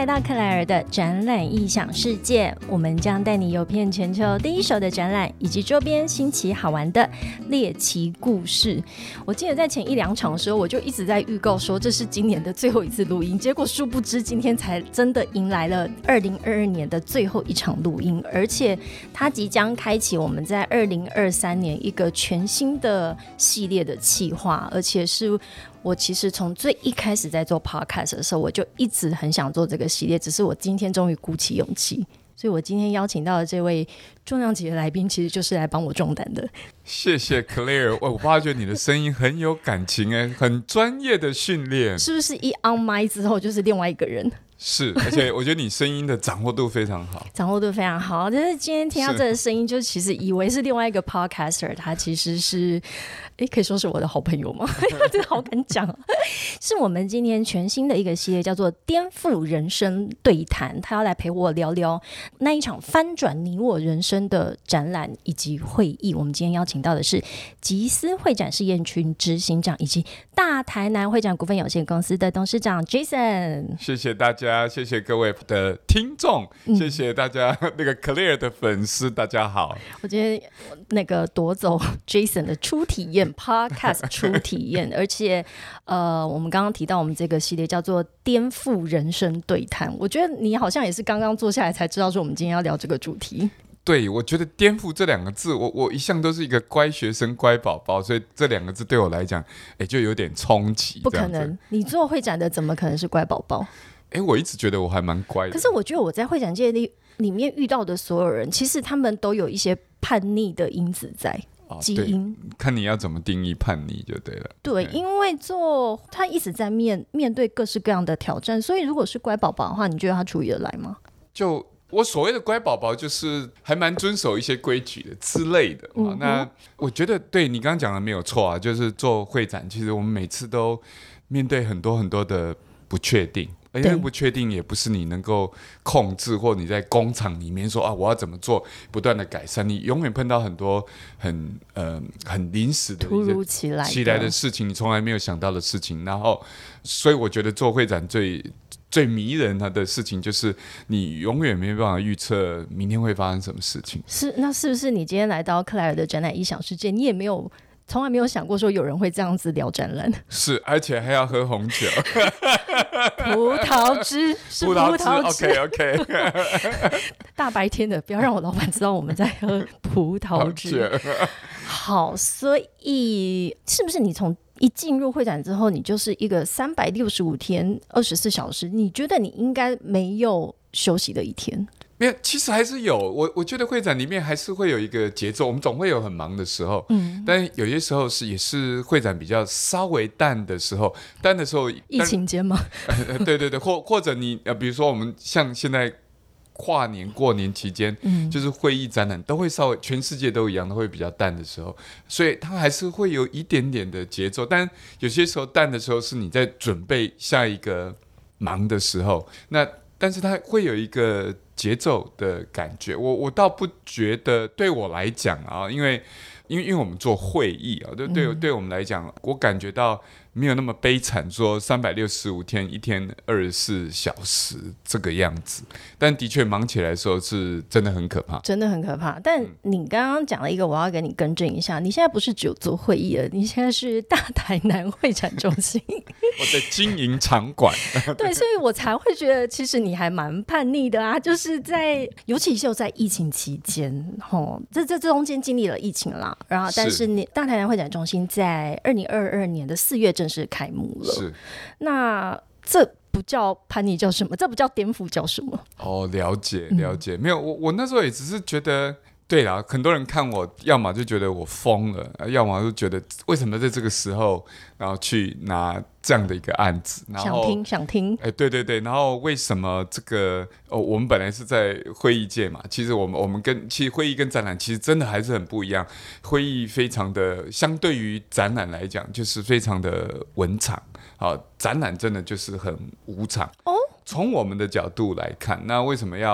来到克莱尔的展览异想世界，我们将带你游遍全球第一手的展览以及周边新奇好玩的猎奇故事。我记得在前1-2场的时候，我就一直在预告说这是今年的最后一次录音，结果殊不知今天才真的迎来了2022年的最后一场录音，而且它即将开启我们在2023年一个全新的系列的企划，而且是我其实从最一开始在做 podcast 的时候，我就一直很想做这个系列，只是我今天终于鼓起勇气。所以我今天邀请到的这位重量级的来宾，其实就是来帮我壮胆的。 谢谢 Claire， 我发觉你的声音很有感情很专业的训练， 是不是一 on mic 之后就是另外一个人？ 是，而且我觉得你声音的掌握度非常好， 掌握度非常好。但是今天听到这个声音，就其实以为是另外一个 podcaster， 他其实是，可以说是我的好朋友吗？这个好敢讲，是我们今天全新的一个系列，叫做“颠覆人生对谈”。他要来陪我聊聊那一场翻转你我人生的展览以及会议。我们今天邀请到的是集思会展事业群执行长以及大台南会展股份有限公司的董事长 Jason。 谢谢大家，谢谢各位的听众，谢谢大家那个 Claire 的粉丝，大家好。 我今天那个夺走 Jason 的初体验 Podcast 初体验，而且我们刚刚提到我们这个系列叫做颠覆人生对谈，我觉得你好像也是刚刚坐下来才知道说我们今天要聊这个主题。 对，我觉得颠覆这2个字，我一向都是一个乖学生乖宝宝，所以这2个字对我来讲就有点冲击。 不可能，你做会展的怎么可能是乖宝宝？ 我一直觉得我还蛮乖的。 可是我觉得我在会展界里面遇到的所有人，其实他们都有一些叛逆的因子在。基因看你要怎么定义叛逆就对了。 对，因为他一直在面对各式各样的挑战，所以如果是乖宝宝的话，你觉得他处理得来吗？ 就我所谓的乖宝宝，就是还蛮遵守一些规矩的之类的。那我觉得对你刚刚讲的没有错啊，就是做会展，其实我们每次都面对很多很多的不确定。因为不确定也不是你能够控制，或你在工厂里面说我要怎么做，不断的改善，你永远碰到很多很临时的突如其来的事情，你从来没有想到的事情。然后，所以我觉得做会展最迷人的事情，就是你永远没办法预测明天会发生什么事情。 那是不是你今天来到克莱尔的展览异想世界，你也从来没有想过说有人会这样子聊展览？ 是，而且还要喝红酒。 葡萄汁是葡萄汁 OK 大白天的，不要让我老板知道我们在喝葡萄汁。好，所以是不是你从一进入会展之后，你就是一个365天24小时，你觉得你应该没有休息的一天？ 没有，其实还是有。我觉得会展里面还是会有一个节奏，我们总会有很忙的时候，但有些时候也是会展比较稍微淡的时候，疫情间吗？ 对对对，或者你比如说我们像现在跨年过年期间，就是会议展览都会稍微全世界都一样，都会比较淡的时候，所以它还是会有一点点的节奏。但有些时候淡的时候是你在准备下一个忙的时候，但是它会有一个节奏的感觉。我倒不觉得对我来讲因为我们做会议对我们来讲，我感觉到没有那么悲惨，说365天一天24小时这个样子。但的确忙起来的时候是真的很可怕， 真的很可怕。但你刚刚讲了一个，我要给你更正一下，你现在不是只有做会议了，你现在是大台南会展中心我在经营场馆对，所以我才会觉得其实你还蛮叛逆的啊，就是尤其是在疫情期间这中间经历了疫情啦，然后但是大台南会展中心在2022年的4月正式开幕了。 是， 那这不叫叛逆叫什么？这不叫颠覆叫什么？ 了解。没有，我那时候也只是觉得，对啦，很多人看我，要么就觉得我疯了，要么就觉得为什么在这个时候，然后去拿这样的一个案子，然后想听， 对对对，然后为什么这个我们本来是在会议界嘛，其实我们其实会议跟展览其实真的还是很不一样，会议非常的相对于展览来讲，就是非常的文场，展览真的就是很无场。从我们的角度来看，那为什么要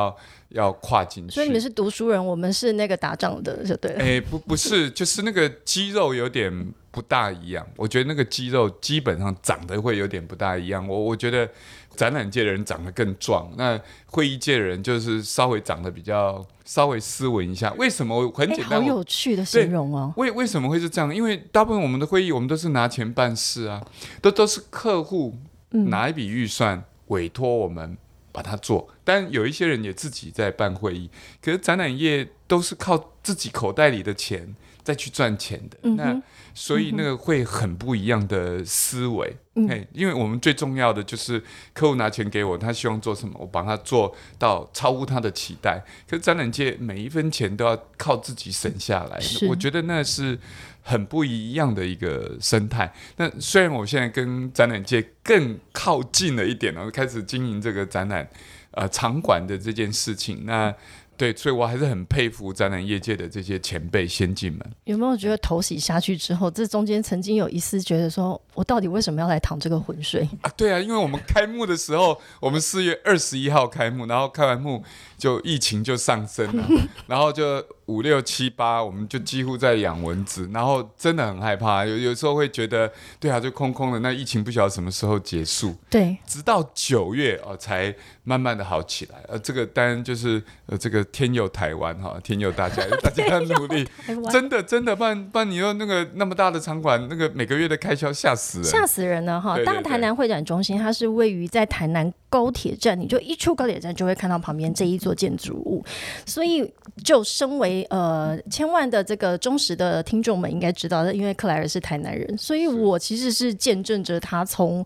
要跨进去。 所以你们是读书人，我们是那个打仗的就对了。 不是，就是那个肌肉有点不大一样，我觉得那个肌肉基本上长得会有点不大一样。我觉得展览界的人长得更壮，那会议界的人就是稍微长得比较稍微斯文一下。为什么？很简单， 好有趣的形容哦。 为什么会是这样？因为大部分我们的会议，我们都是拿钱办事啊，都是客户拿一笔预算委托我们把它做，但有一些人也自己在办会议，可是展览业都是靠自己口袋里的钱再去赚钱的，那所以那个会很不一样的思维。因为我们最重要的就是客户拿钱给我，他希望做什么，我帮他做到超乎他的期待。可是展览界每一分钱都要靠自己省下来，我觉得那是很不一样的一个生态。那虽然我现在跟展览界更靠近了一点了，开始经营这个展览场馆的这件事情，那对，所以我还是很佩服展览业界的这些前辈先进们。 有没有觉得头洗下去之后，这中间曾经有一丝觉得说，我到底为什么要来淌这个浑水对啊，因为我们开幕的时候，我们4月21号开幕，然后开完幕就疫情就上升了，然后就5、6、7、8，我们就几乎在养蚊子，然后真的很害怕，有时候会觉得，对啊，就空空的。那疫情不晓得什么时候结束， 对， 直到9月才慢慢的好起来。这个当然就是这个天佑台湾哈，天佑大家，大家努力，真的，不然你又那么大的场馆，那个每个月的开销吓死人， 吓死人了哈！ 对对对， 大台南会展中心，它是位于在台南高铁站，你就一出高铁站就会看到旁边这一座建筑物，所以就身为千万的这个忠实的听众们应该知道的，因为克莱尔是台南人，所以我其实是见证着他从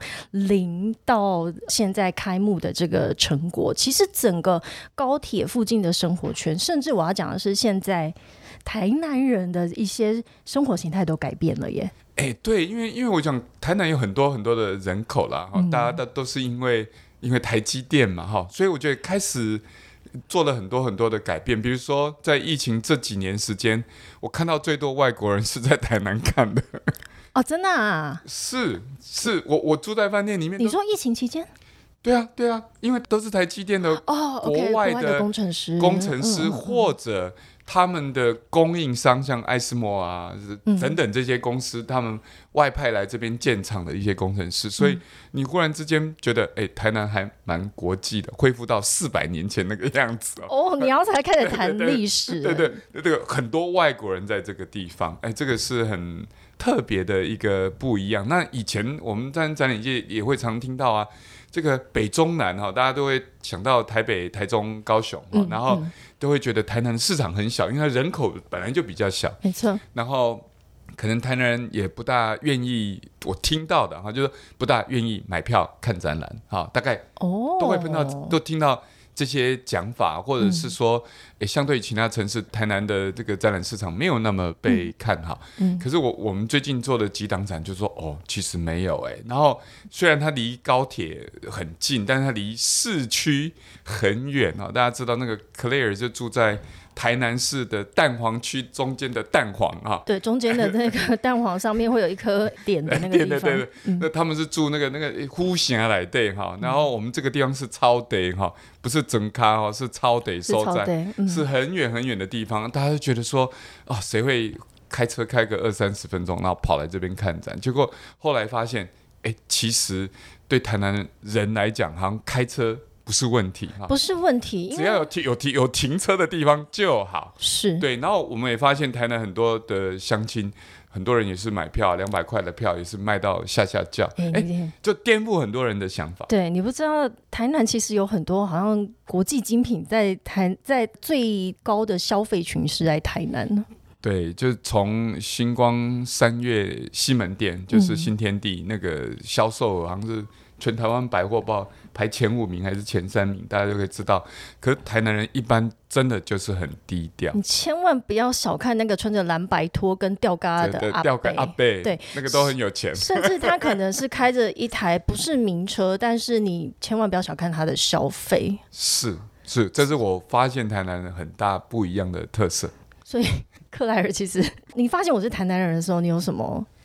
0到现在开幕的这个成果。其实整个高铁附近的生活圈，甚至我要讲的是现在台南人的一些生活形态都改变了耶。 对，因为我讲台南有很多很多的人口啦，大家都是因为台积电嘛，所以我觉得开始做了很多很多的改变。比如说在疫情这几年时间，我看到最多外国人是在台南看的。 哦，真的啊？ 是，我住在饭店里面。 你说疫情期间？ 对啊，因为都是台积电的国外的工程师， 或者他们的供应商，像艾斯摩啊等等这些公司，他们外派来这边建厂的一些工程师，所以你忽然之间觉得，台南还蛮国际的，恢复到400年前那个样子哦。你要才开始谈历史， 对，很多外国人在这个地方，这个是很特别的一个不一样。那以前我们在展览界也会常听到啊。这个北中南大家都会想到台北、台中、高雄然后都会觉得台南的市场很小，因为它人口本来就比较小， 没错。 然后可能台南人也不大愿意，我听到的就是不大愿意买票看展览大概都会都听到这些讲法，或者是说，相对于其他城市，台南的这个展览市场没有那么被看好。可是我们最近做的几档展就说，其实没有然后虽然它离高铁很近，但是它离市区很远大家知道那个 Claire 就住在台南市的蛋黄区中间的蛋黄对，中间的那个蛋黄上面会有一颗点的那个地方。对， 那他们是住那个户型来对然后我们这个地方是超地不是整咖是超地所在，是很远很远的地方。大家就觉得说谁会开车开个20-30分钟，然后跑来这边看展？结果后来发现，其实对台南人来讲，好像开车不是问题不是问题， 只要有停车的地方就好。 是对，然后我们也发现台南很多的乡亲，很多人也是买票200块的票也是卖到下叫，就颠覆很多人的想法。 对，你不知道台南其实有很多好像国际精品在最高的消费群是在台南。 对，就是从星光3月西门店，就是新天地那个销售额好像是全台湾百货报排前5名还是前3名，大家就可以知道。可是台南人一般真的就是很低调， 你千万不要小看那个穿着蓝白拖跟吊嘎的阿伯，对，那个都很有钱， 甚至他可能是开着一台不是名车，但是你千万不要小看他的消费。 是，这是我发现台南人很大不一样的特色。 所以克莱尔，其实你发现我是台南人的时候，你有什么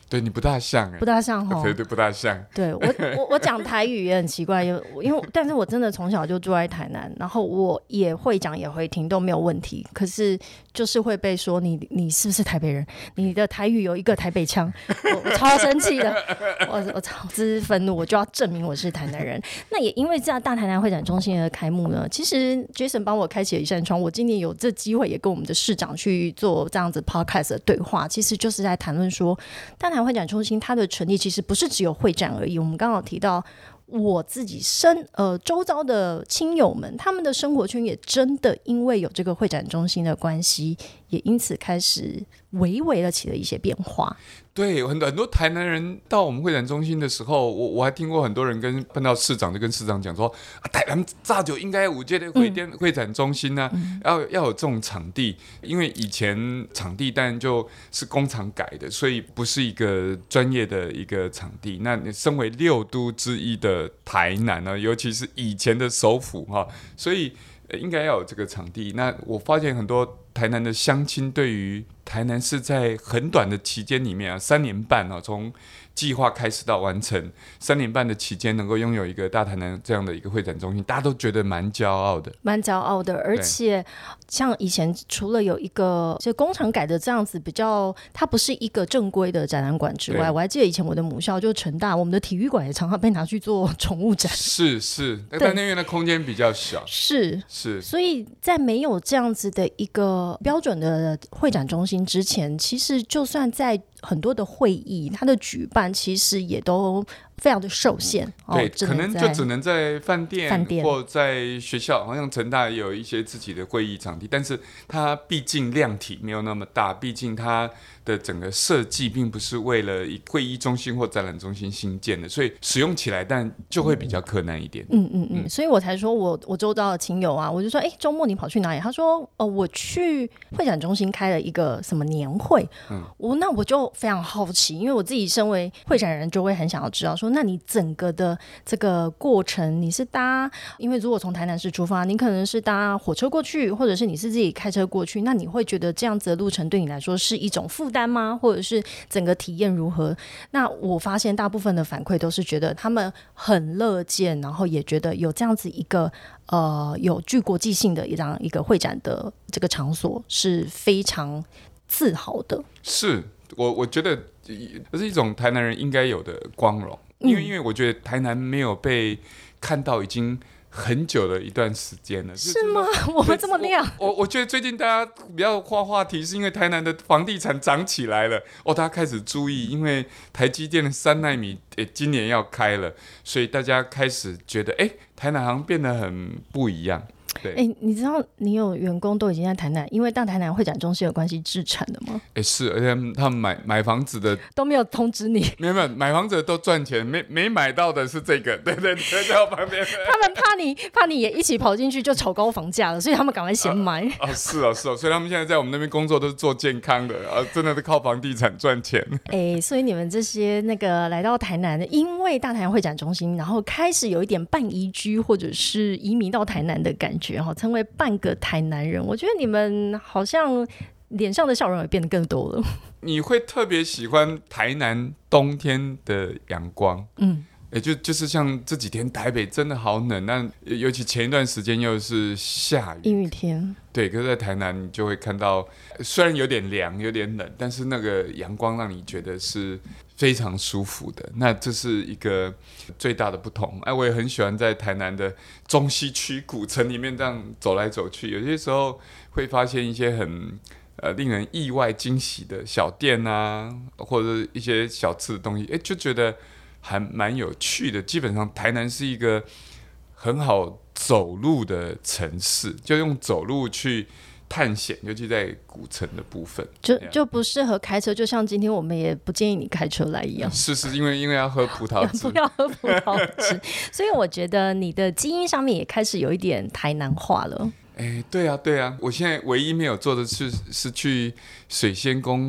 对，你不大像不大像齁， 对，不大像。 对我讲台语也很奇怪，因为但是我真的从小就住在台南，然后我也会讲也会听都没有问题，可是就是会被说你是不是台北人？你的台语有一个台北腔，我超生气的，我超之愤怒，我就要证明我是台南人。那也因为这样大台南会展中心的开幕呢，其实 Jason 帮我开启了一扇窗，我今年有这机会也跟我们的市长去做这样子 podcast 的对话，其实就是在谈论说大台南会展中心它的成立其实不是只有会展而已，我们刚好提到我自己周遭的亲友们，他们的生活圈也真的因为有这个会展中心的关系，也因此开始微微的起了一些变化。 对，很多台南人到我们会展中心的时候，我还听过很多人碰到市长就跟市长讲说，台南早就应该有这个会展中心啊，要有这种场地，因为以前场地当然就是工厂改的，所以不是一个专业的一个场地。那你身为6都之一的台南呢，尤其是以前的首府哈，所以应该要有这个场地。那我发现很多台南的乡亲对于台南是在很短的期间里面3年半从计划开始到完成3年半的期间，能够拥有一个大台南这样的一个会展中心，大家都觉得蛮骄傲的，而且像以前除了有一个就工厂改的这样子比较，它不是一个正规的展览馆之外，我还记得以前我的母校就成大，我们的体育馆也常常被拿去做宠物展，是，但那边的空间比较小，是，所以在没有这样子的一个标准的会展中心之前，其实就算在很多的会议它的举办其实也都非常的受限，对，可能就只能在饭店或在学校，好像成大也有一些自己的会议场地，但是它毕竟量体没有那么大，毕竟它的整个设计并不是为了会议中心或展览中心新建的，所以使用起来但就会比较困难一点。所以我才说我周遭的亲友啊，我就说周末你跑去哪里？他说我去会展中心开了一个什么年会，那我就非常好奇，因为我自己身为会展人就会很想要知道说，那你整个的这个过程你是搭，因为如果从台南市出发，你可能是搭火车过去，或者是你是自己开车过去，那你会觉得这样子的路程对你来说是一种负担吗？或者是整个体验如何？那我发现大部分的反馈都是觉得他们很乐见，然后也觉得有这样子一个有具国际性的一个会展的这个场所是非常自豪的。是，我觉得这是一种台南人应该有的光荣，因为我觉得台南没有被看到已经很久的一段时间了。是吗？我们这么亮？我觉得最近大家比较话题是因为台南的房地产涨起来了，大家开始注意，因为台积电的3奈米今年要开了，所以大家开始觉得台南好像变得很不一样。对，你知道你有员工都已经在台南，因为大台南会展中心有关系置产的吗？是，而且他们买房子的都没有通知你，没有买房子的都赚钱，没买到的是这个，对，在我旁边。他们怕你也一起跑进去就炒高房价了，所以他们赶快先买。是哦，所以他们现在在我们那边工作都是做健康的，真的是靠房地产赚钱。所以你们这些来到台南的，因为大台南会展中心，然后开始有一点半移居或者是移民到台南的感觉，成为半个台南人，我觉得你们好像脸上的笑容也变得更多了。你会特别喜欢台南冬天的阳光，就是像这几天台北真的好冷，那尤其前一段时间又是下雨阴雨天，对，可是在台南你就会看到，虽然有点凉有点冷，但是那个阳光让你觉得是非常舒服的，那这是一个最大的不同。我也很喜欢在台南的中西区古城里面这样走来走去，有些时候会发现一些很令人意外惊喜的小店啊，或者一些小吃的东西，就觉得还蛮有趣的。基本上台南是一个很好走路的城市，就用走路去探险，尤其在古城的部分，就不适合开车，就像今天我们也不建议你开车来一样。是因为要喝葡萄汁，不要喝葡萄汁，所以我觉得你的基因上面也开始有一点台南化了。对啊，我现在唯一没有做的是去水仙宫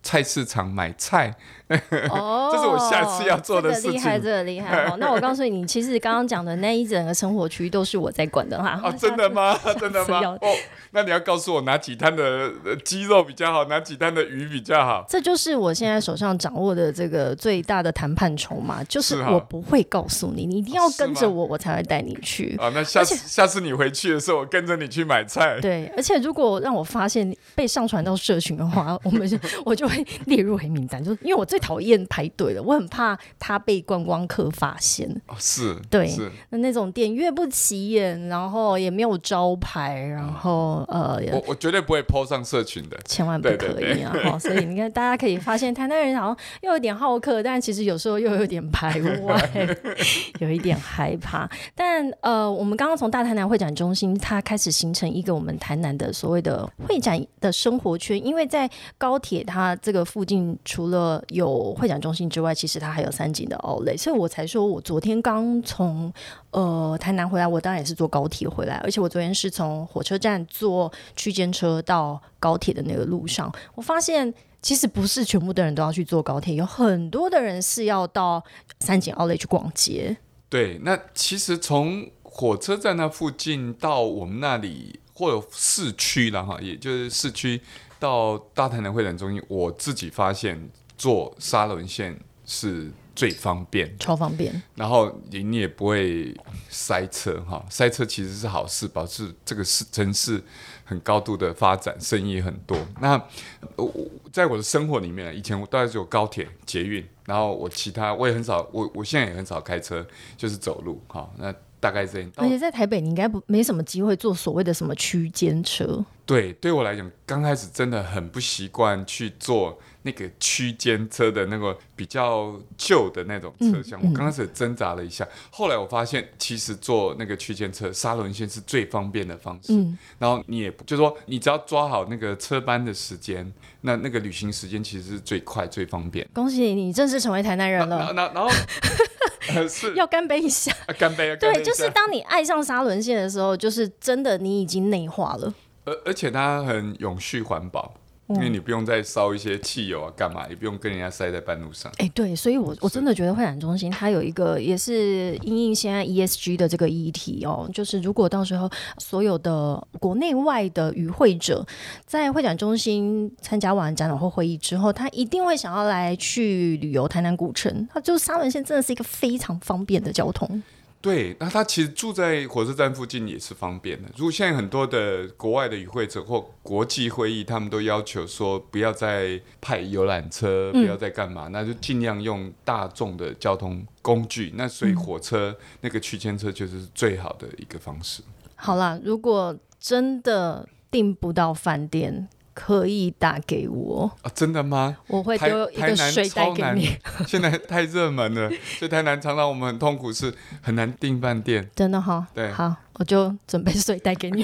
菜市场买菜。 哦， 这是我下次要做的事情。 这个厉害哦！那我告诉你，其实刚刚讲的那一整个生活区都是我在管的哈。 哦，真的吗？真的吗？哦，那你要告诉我哪几摊的鸡肉比较好，哪几摊的鱼比较好？ 这就是我现在手上掌握的这个最大的谈判筹码，就是我不会告诉你，你一定要跟着我，我才会带你去。 啊，那下次你回去的时候，我跟着你去买菜。 对，而且如果让我发现被上传到社群的话，我就会列入黑名单，就是因为我最讨厌排队了，我很怕他被观光客发现。 哦，是， 对，那种店越不起眼，然后也没有招牌，然后我绝对不会 po 上社群的， 千万不可以啊！所以你看，大家可以发现，台南人好像又有点好客，但其实有时候又有点排外，有一点害怕。但我们刚刚从大台南会展中心，它开始形成一个我们台南的所谓的会展的生活圈，因为在高铁它这个附近，除了有会展中心之外，其实它还有三井的outlet，所以我才说我昨天刚从台南回来，我当然也是坐高铁回来，而且我昨天是从火车站坐区间车到高铁的那个路上，我发现其实不是全部的人都要去坐高铁，有很多的人是要到三井outlet去逛街。 对，那其实从火车站那附近到我们那里或者市区啦哈，也就是市区到大台南会展中心，我自己发现坐沙仑线是最方便， 超方便，然后你也不会塞车哈。塞车其实是好事，保持这个城市很高度的发展，生意很多。那在我的生活里面，以前我大概只有高铁、捷运，然后我也很少，我现在也很少开车，就是走路哈。那大概这样。 而且在台北，你应该没什么机会坐所谓的什么区间车。 对我来讲，刚开始真的很不习惯去坐那个区间车的那个比较旧的那种车厢，我刚开始挣扎了一下，后来我发现其实坐那个区间车沙仑线是最方便的方式，然后你也就是说你只要抓好那个车班的时间，那个旅行时间其实是最快最方便。 恭喜你正式成为台南人了。 然后是要干杯一下， 干杯！ 对，就是当你爱上沙仑线的时候，就是真的你已经内化了， 而且它很永续环保。因为你不用再烧一些汽油啊，干嘛？也不用跟人家塞在半路上。 对，所以我真的觉得会展中心它有一个也是因应现在 ESG 的这个议题哦，就是如果到时候所有的国内外的与会者在会展中心参加完展览或会议之后，他一定会想要来去旅游台南古城。它就是沙仑线真的是一个非常方便的交通。 对，那他其实住在火车站附近也是方便的。如果现在很多的国外的与会者或国际会议，他们都要求说不要再派游览车，不要再干嘛，那就尽量用大众的交通工具。那所以火车那个区间车就是最好的一个方式。 好啦，如果真的订不到饭店，可以打给我啊？真的吗？ 我会丢一个水袋给你。 现在太热门了，所以台南常常我们很痛苦，是很难订饭店。 真的哈？ 对， 好，我就准备水袋给你。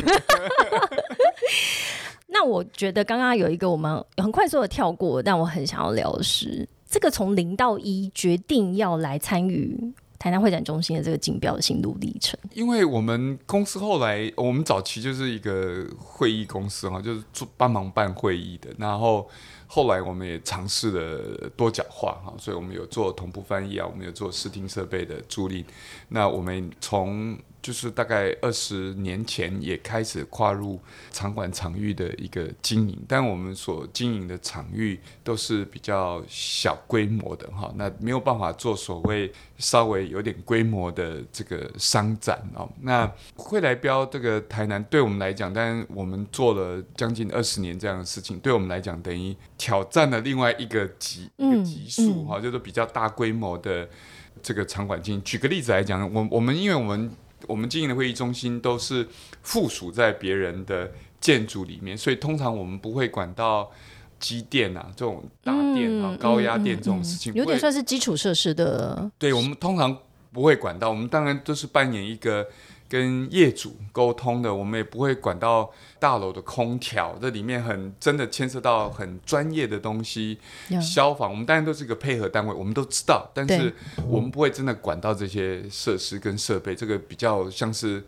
那我觉得刚刚有一个我们很快速的跳过，但我很想要聊的是，这个从0到1决定要来参与台南会展中心的这个竞标的心路历程。 因为我们公司后来，我们早期就是一个会议公司哈，就是帮忙办会议的。然后后来我们也尝试了多角化哈，所以我们有做同步翻译啊，我们有做视听设备的租赁。那我们从就是大概20年前也开始跨入场馆场域的一个经营，但我们所经营的场域都是比较小规模的哈，那没有办法做所谓稍微有点规模的这个商展哦。那会来标这个台南对我们来讲，但我们做了将近20年这样的事情，对我们来讲等于挑战了另外一个级数哈，就是比较大规模的这个场馆经营。举个例子来讲，因为我们经营的会议中心都是附属在别人的建筑里面，所以通常我们不会管到机电啊这种大电啊、高压电这种事情， 有点算是基础设施的。 对，我们通常不会管到，我们当然都是扮演一个跟业主沟通的，我们也不会管到大楼的空调，这里面真的牵涉到很专业的东西，消防我们当然都是一个配合单位，我们都知道，但是我们不会真的管到这些设施跟设备，这个比较像是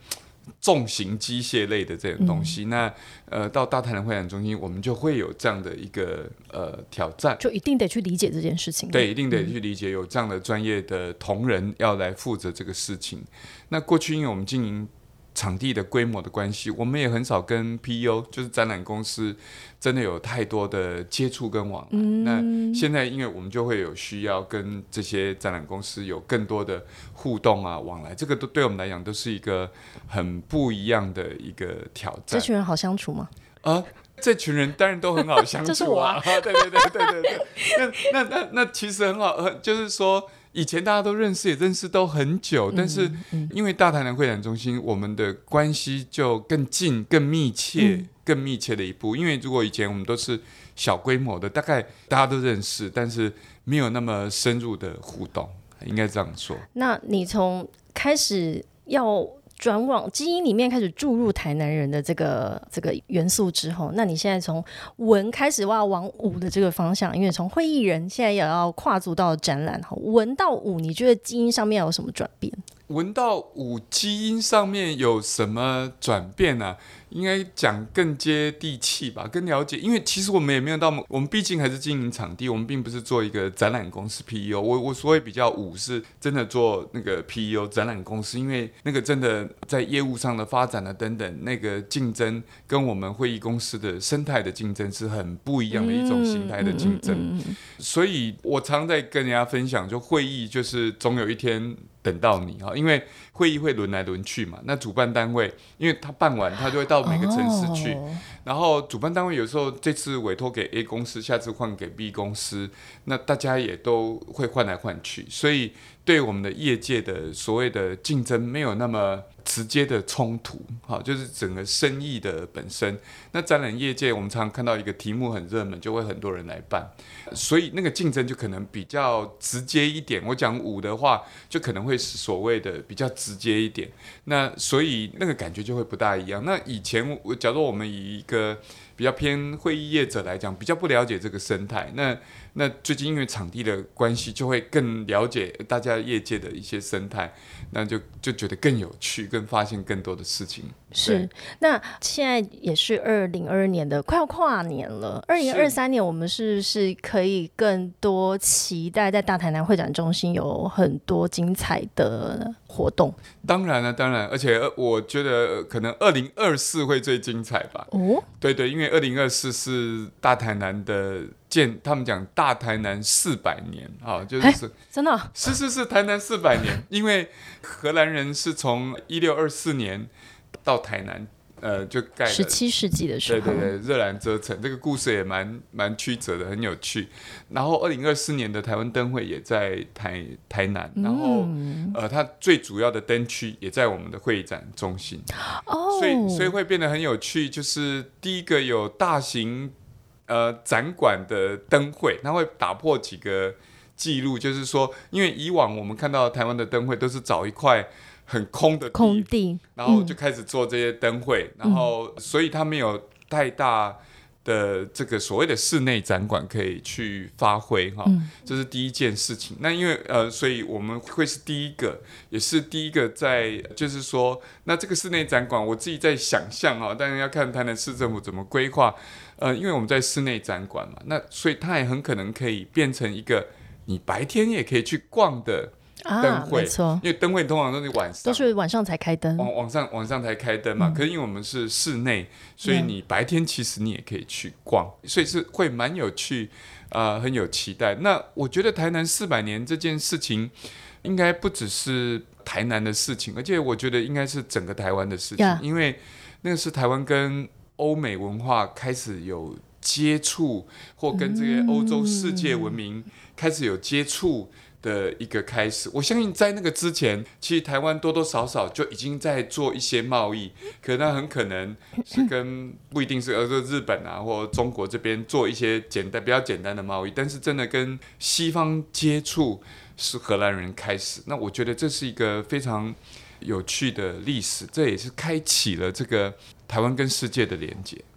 重型机械类的这种东西。那到大台南会展中心，我们就会有这样的一个挑战， 就一定得去理解这件事情。 对，一定得去理解，有这样的专业的同仁要来负责这个事情。那过去因为我们经营场地的规模的关系，我们也很少跟 PEO 就是展览公司真的有太多的接触跟往来。那现在因为我们就会有需要跟这些展览公司有更多的互动啊往来，这个都对我们来讲都是一个很不一样的一个挑战。 这群人好相处吗？ 这群人当然都很好相处啊， 就是我啊对。那其实很好，就是说以前大家都认识，也认识都很久，但是因为大台南会展中心，我们的关系就更近、更密切、更密切的一步。因为如果以前我们都是小规模的，大概大家都认识，但是没有那么深入的互动，应该这样说。 那你从开始要转往基因里面开始注入台南人的这个元素之后，那你现在从文开始要往武的这个方向，因为从会议人现在也要跨足到展览，文到武，你觉得基因上面有什么转变？ 文到武基因上面有什么转变啊？应该讲更接地气吧，更了解。因为其实我们也没有到，我们毕竟还是经营场地，我们并不是做一个展览公司 PEO。我所谓比较武是真的做那个 PEO 展览公司，因为那个真的在业务上的发展啊等等，那个竞争跟我们会议公司的生态的竞争是很不一样的一种形态的竞争。所以我常在跟人家分享，就会议就是总有一天等到你，因为会议会轮来轮去嘛。那主办单位，因为他办完，他就会到每个城市去，然后主办单位有时候这次委托给 A 公司，下次换给 B 公司，那大家也都会换来换去，所以对我们的业界的所谓的竞争没有那么直接的冲突，就是整个生意的本身。那展览业界我们常常看到一个题目很热门，就会很多人来办，所以那个竞争就可能比较直接一点。我讲武的话，就可能会是所谓的比较直接一点，那所以那个感觉就会不大一样。那以前假如我们以一个比较偏会议业者来讲，比较不了解这个生态，那最近因为场地的关系，就会更了解大家业界的一些生态，那就觉得更有趣，更发现更多的事情。 是，那现在也是2022年的快要跨年了，2023年我们是不是可以更多期待在大台南会展中心有很多精彩的活动？ 当然了，当然，而且我觉得可能2024会最精彩吧。对，因为2024是大台南的他们讲大台南400年就是真的是台南400年，因为荷兰人是从1624年到台南，就盖了 17世纪的时候， 对，热兰遮城，这个故事也蛮曲折的，很有趣。然后2024年的台湾灯会也在台南，然后它最主要的灯区也在我们的会展中心，所以会变得很有趣。就是第一个有大型展馆的灯会，它会打破几个记录，就是说，因为以往我们看到台湾的灯会都是找一块很空的空地， 然后就开始做这些灯会，然后所以它没有太大的这个所谓的室内展馆可以去发挥这是第一件事情。那因为所以我们会是第一个，也是第一个在就是说，那这个室内展馆我自己在想象但是要看台南市政府怎么规划。因为我们在室内展馆嘛，那所以它也很可能可以变成一个你白天也可以去逛的灯会， 没错， 因为灯会通常都是晚上才开灯， 晚上才开灯嘛。可是因为我们是室内，所以你白天其实你也可以去逛，所以是会蛮有趣，很有期待。那我觉得台南400年这件事情，应该不只是台南的事情，而且我觉得应该是整个台湾的事情，因为那个是台湾跟欧美文化开始有接触，或跟这些欧洲世界文明开始有接触的一个开始。我相信在那个之前，其实台湾多多少少就已经在做一些贸易，可能很可能是跟不一定是日本或中国这边做一些比较简单的贸易，但是真的跟西方接触是荷兰人开始。那我觉得这是一个非常有趣的历史，这也是开启了这个台湾跟世界的连结。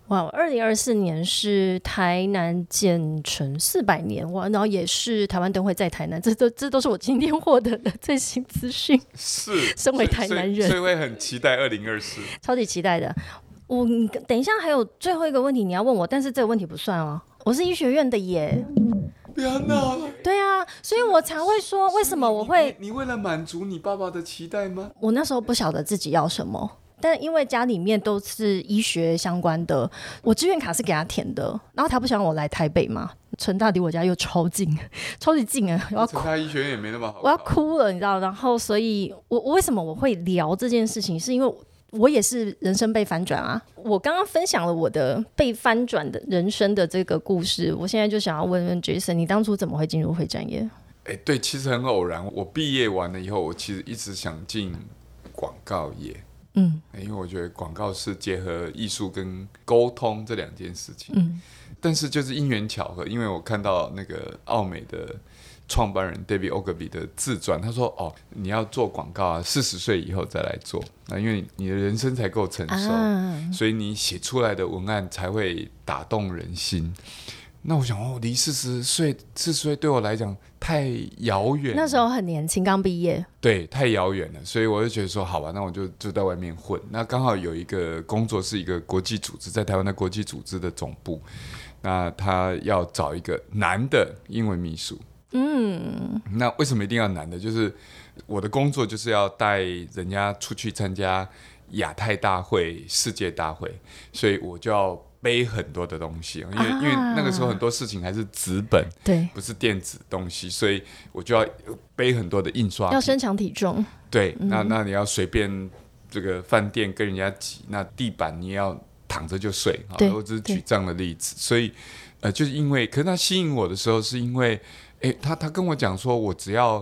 哇，2024年是台南建成400年哇，然后也是台湾灯会在台南，这都是我今天获得的最新资讯。 是， 身为台南人， 所以会很期待2024， 超级期待的。我等一下还有最后一个问题你要问我，但是这个问题不算哦，我是医学院的耶。 不要闹了。 对啊，所以我才会说为什么我会你为了满足你爸爸的期待吗？ 我那时候不晓得自己要什么，但因为家里面都是医学相关的，我志愿卡是给他填的，然后他不想我来台北嘛，成大离我家又超近，超级近啊！ 成大医学院也没那么好， 我要哭了，你知道？然后，所以我为什么我会聊这件事情，是因为我也是人生被翻转啊！我刚刚分享了我的被翻转的人生的这个故事，我现在就想要问问 Jason， 你当初怎么会进入会展业？ 对，其实很偶然。我毕业完了以后，我其实一直想进广告业。因为我觉得广告是结合艺术跟沟通这2件事情。但是就是因缘巧合，因为我看到那个奥美的创办人 David Ogilvy 的自传，他说：“哦，你要做广告啊，40岁以后再来做，因为你的人生才够成熟，所以你写出来的文案才会打动人心。”那我想，离40岁对我来讲太遥远。 那时候很年轻，刚毕业， 对，太遥远了，所以我就觉得说，好吧，那我就在外面混。那刚好有一个工作是一个国际组织，在台湾的国际组织的总部，那他要找一个男的英文秘书。那为什么一定要男的？就是我的工作就是要带人家出去参加亚太大会、世界大会，所以我就要背很多的东西，因为那个时候很多事情还是纸本，对，不是电子东西，所以我就要背很多的印刷品， 要身强体重。对， 那你要随便这个饭店跟人家挤，那地板你也要躺着就睡。我只是举这样的例子，所以就是因为，可是他吸引我的时候，是因为，他跟我讲说，我只要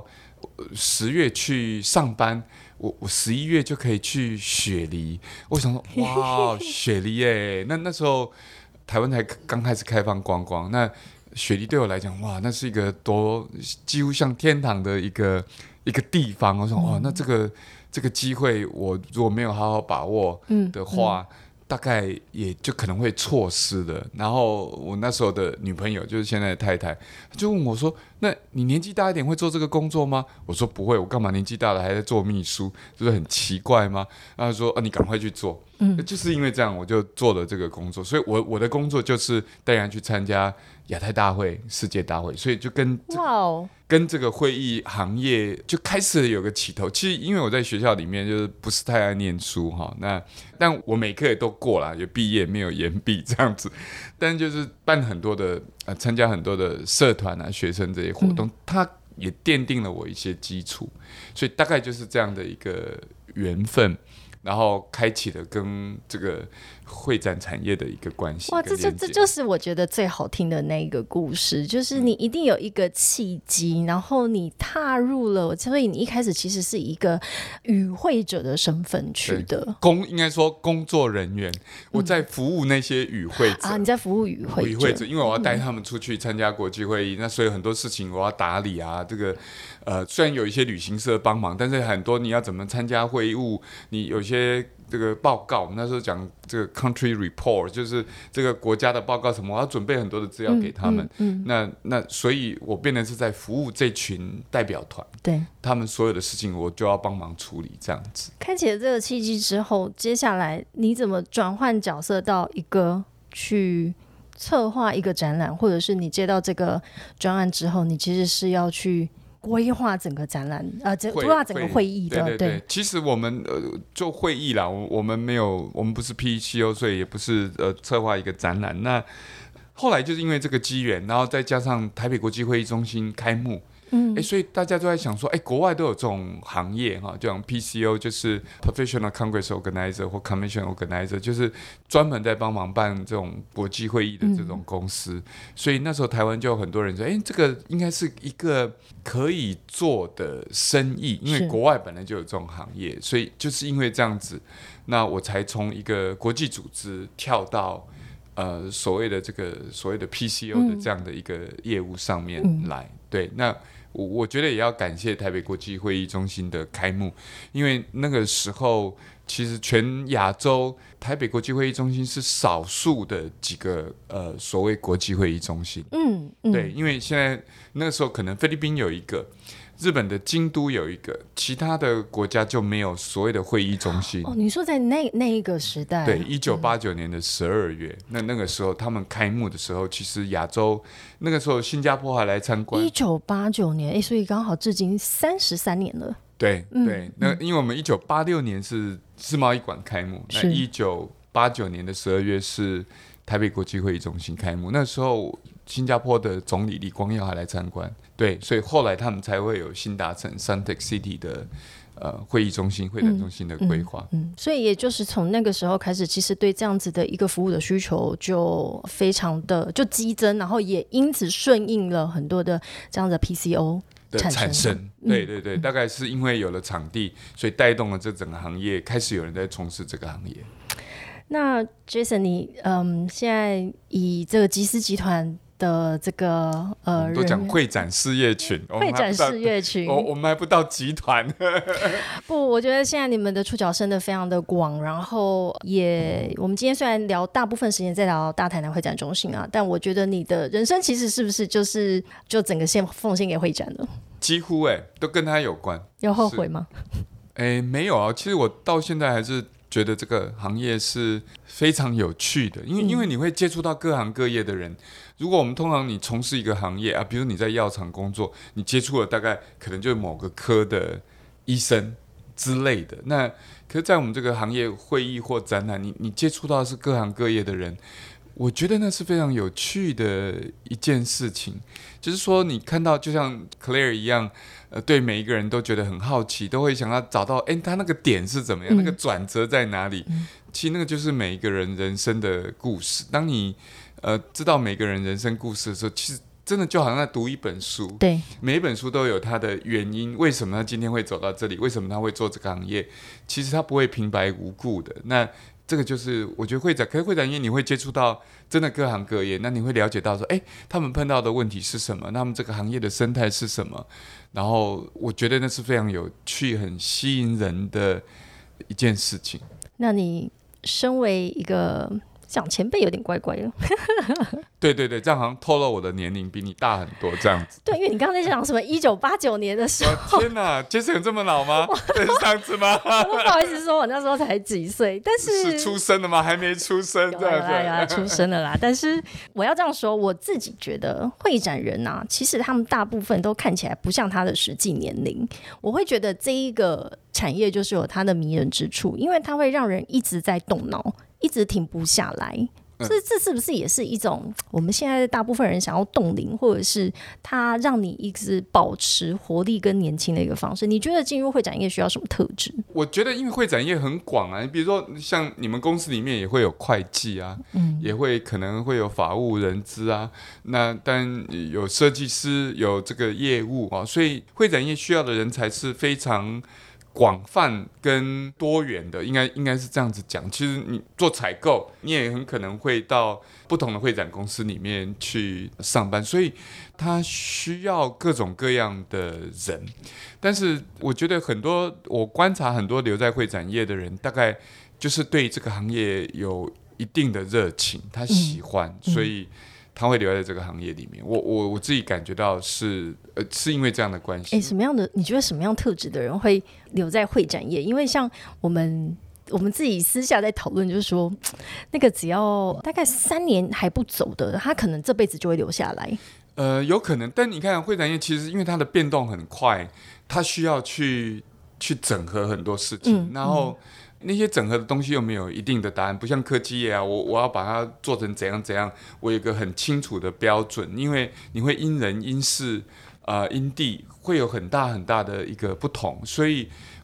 10月去上班。我11月就可以去雪梨，我想说哇，雪梨耶！那时候台湾才刚开始开放观光，那雪梨对我来讲，哇，那是一个几乎像天堂的一个地方。我说哇，那这个机会，我如果没有好好把握的话，大概也就可能会错失了。然后我那时候的女朋友，就是现在的太太，就问我说：“那你年纪大一点会做这个工作吗？”我说：“不会，我干嘛年纪大了还在做秘书，就是很奇怪吗？”然后他说：“你赶快去做。”就是因为这样，我就做了这个工作。所以我的工作就是带人去参加亚太大会、世界大会，所以就跟这个会议行业就开始有个起头。其实因为我在学校里面就是不是太爱念书哈，但我每科也都过了，有毕业没有延毕这样子。但就是办很多的参加很多的社团啊、学生这些活动，它也奠定了我一些基础。所以大概就是这样的一个缘分。然后开启了跟这个会展产业的一个关系。哇，这就是我觉得最好听的那个故事，就是你一定有一个契机，然后你踏入了，所以你一开始其实是一个与会者的身份去的， 应该说工作人员，我在服务那些与会者你在服务与会者， 因为我要带他们出去参加国际会议，那所以很多事情我要打理啊，这个虽然有一些旅行社帮忙，但是很多你要怎么参加会务，你有些这个报告，我们那时候讲这个 country report， 就是这个国家的报告什么，我要准备很多的资料给他们。那所以我变成是在服务这群代表团，对他们所有的事情，我就要帮忙处理这样子。 开启了这个契机之后，接下来你怎么转换角色到一个去策划一个展览，或者是你接到这个专案之后，你其实是要去规划整个展览，规划整个会议的。 对，其实我们做会议啦，我们不是 PCO， 所以也不是策划一个展览。那后来就是因为这个机缘，然后再加上台北国际会议中心开幕。所以大家都在想说，国外都有这种行业哈，就像 PCO 就是 Professional Congress Organizer 或 Commission Organizer， 就是专门在帮忙办这种国际会议的这种公司。所以那时候台湾就有很多人说，这个应该是一个可以做的生意，因为国外本来就有这种行业，所以就是因为这样子，那我才从一个国际组织跳到所谓的 PCO 的这样的一个业务上面来。对，那我觉得也要感谢台北国际会议中心的开幕，因为那个时候其实全亚洲台北国际会议中心是少数的几个所谓国际会议中心。对，因为现在那个时候可能菲律宾有一个，日本的京都有一个，其他的国家就没有所谓的会议中心。 你说在那一个时代， 对，1989年的12月，那个时候他们开幕的时候，其实亚洲那个时候新加坡还来参观。 1989年，所以刚好至今33年了。 对，那因为我们1986年是世贸一馆开幕，那1989年的12月是台北国际会议中心开幕，那时候新加坡的总理李光耀还来参观，对，所以后来他们才会有新达城 Suntec City 的会议中心、会展中心的规划。 所以也就是从那个时候开始，其实对这样子的一个服务的需求就非常的就激增，然后也因此顺应了很多的这样的 PCO 的产生。对，大概是因为有了场地，所以带动了这整个行业，开始有人在从事这个行业。 那 Jason， 你现在以这个集思集团的这个我们都讲会展事业群， 会展事业群， 我们还不到集团。 不，我觉得现在你们的触角伸得非常的广，然后我们今天虽然聊大部分时间在聊大台南会展中心啊，但我觉得你的人生其实是不是就整个奉献给会展了？ 几乎都跟他有关。 有后悔吗？ 没有啊，其实我到现在还是觉得这个行业是非常有趣的，因为你会接触到各行各业的人。如果我们通常你从事一个行业啊，比如你在药厂工作，你接触了大概可能就是某个科的医生之类的。那可是，在我们这个行业会议或展览，你接触到的是各行各业的人，我觉得那是非常有趣的一件事情。就是说，你看到就像 Claire 一样，对每一个人都觉得很好奇，都会想要找到，他那个点是怎么样，那个转折在哪里？其实那个就是每一个人人生的故事。当你知道每个人人生故事的时候，其实真的就好像在读一本书。对，每一本书都有它的原因，为什么他今天会走到这里？为什么他会做这个行业？其实他不会平白无故的。那这个就是我觉得可是会展业你会接触到真的各行各业，那你会了解到说，他们碰到的问题是什么？那他们这个行业的生态是什么？然后我觉得那是非常有趣、很吸引人的一件事情。 那你身为一个讲前辈有点怪怪的。 对，这样好像透露我的年龄比你大很多这样子。 对，因为你刚才在讲什么1989年的时候。 天哪，Jason 有这么老吗？是这样子吗？ 我不好意思说，我那时候才几岁，但是出生了吗？还没出生，这样子。 有啦，出生了啦。但是我要这样说，我自己觉得会展人啊，其实他们大部分都看起来不像他的实际年龄。我会觉得这一个产业就是有它的迷人之处，因为它会让人一直在动脑，一直停不下来。这是不是也是一种我们现在大部分人想要冻龄，或者是它让你一直保持活力跟年轻的一个方式？你觉得进入会展业需要什么特质？ 我觉得因为会展业很广啊，比如说像你们公司里面也会有会计啊，也会可能会有法务人资啊，那但有设计师，有这个业务啊，所以会展业需要的人才是非常广泛跟多元的，应该是这样子讲。其实你做采购，你也很可能会到不同的会展公司里面去上班，所以他需要各种各样的人。但是我觉得我观察很多留在会展业的人，大概就是对这个行业有一定的热情，他喜欢，所以他会留在这个行业里面。我自己感觉到是因为这样的关系。 什么样的？你觉得什么样特质的人会留在会展业？因为像我们自己私下在讨论，就是说，那个只要大概3年还不走的，他可能这辈子就会留下来。 有可能，但你看会展业其实因为它的变动很快，它需要去整合很多事情，然后那些整合的东西又没有一定的答案，不像科技业啊，我要把它做成怎样怎样，我有一个很清楚的标准，因为你会因人因事因地会有很大很大的一个不同，所以